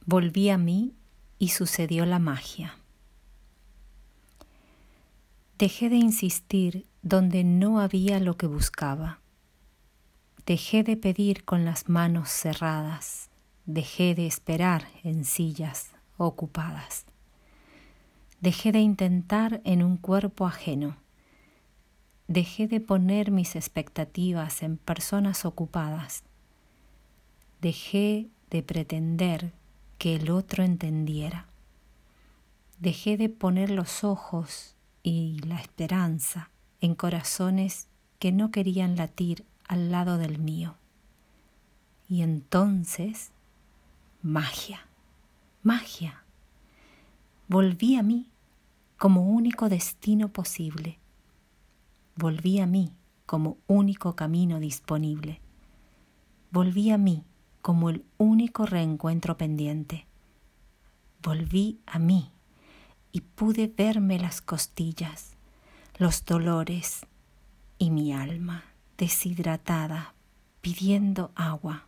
Volví a mí y sucedió la magia. Dejé de insistir donde no había lo que buscaba. Dejé de pedir con las manos cerradas. Dejé de esperar en sillas ocupadas. Dejé de intentar en un cuerpo ajeno. Dejé de poner mis expectativas en personas ocupadas. Dejé de pretender que el otro entendiera. Dejé de poner los ojos y la esperanza en corazones que no querían latir al lado del mío. Y entonces, magia, magia. Volví a mí como único destino posible. Volví a mí como único camino disponible. Volví a mí como el único reencuentro pendiente. Volví a mí y pude verme las costillas, los dolores y mi alma deshidratada pidiendo agua.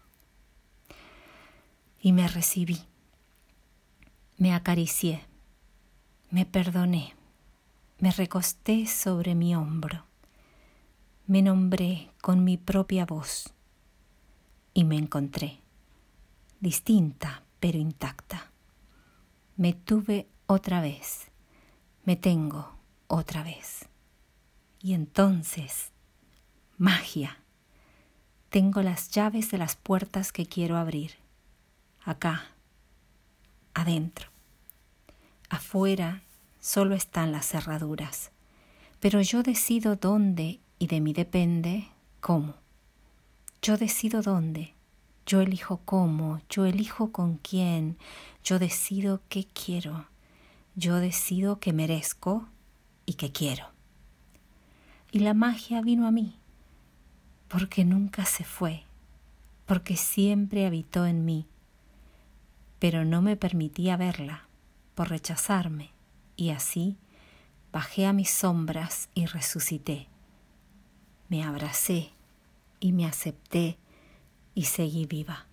Y me recibí, me acaricié, me perdoné, me recosté sobre mi hombro, me nombré con mi propia voz y me encontré, distinta pero intacta. Me tuve otra vez, me tengo otra vez. Y entonces, magia, tengo las llaves de las puertas que quiero abrir. Acá, adentro. Afuera solo están las cerraduras, pero yo decido dónde y de mí depende cómo. Yo decido dónde, yo elijo cómo, yo elijo con quién, yo decido qué quiero, yo decido qué merezco y qué quiero. Y la magia vino a mí, porque nunca se fue, porque siempre habitó en mí, pero no me permitía verla por rechazarme, y así bajé a mis sombras y resucité. Me abracé y me acepté y seguí viva.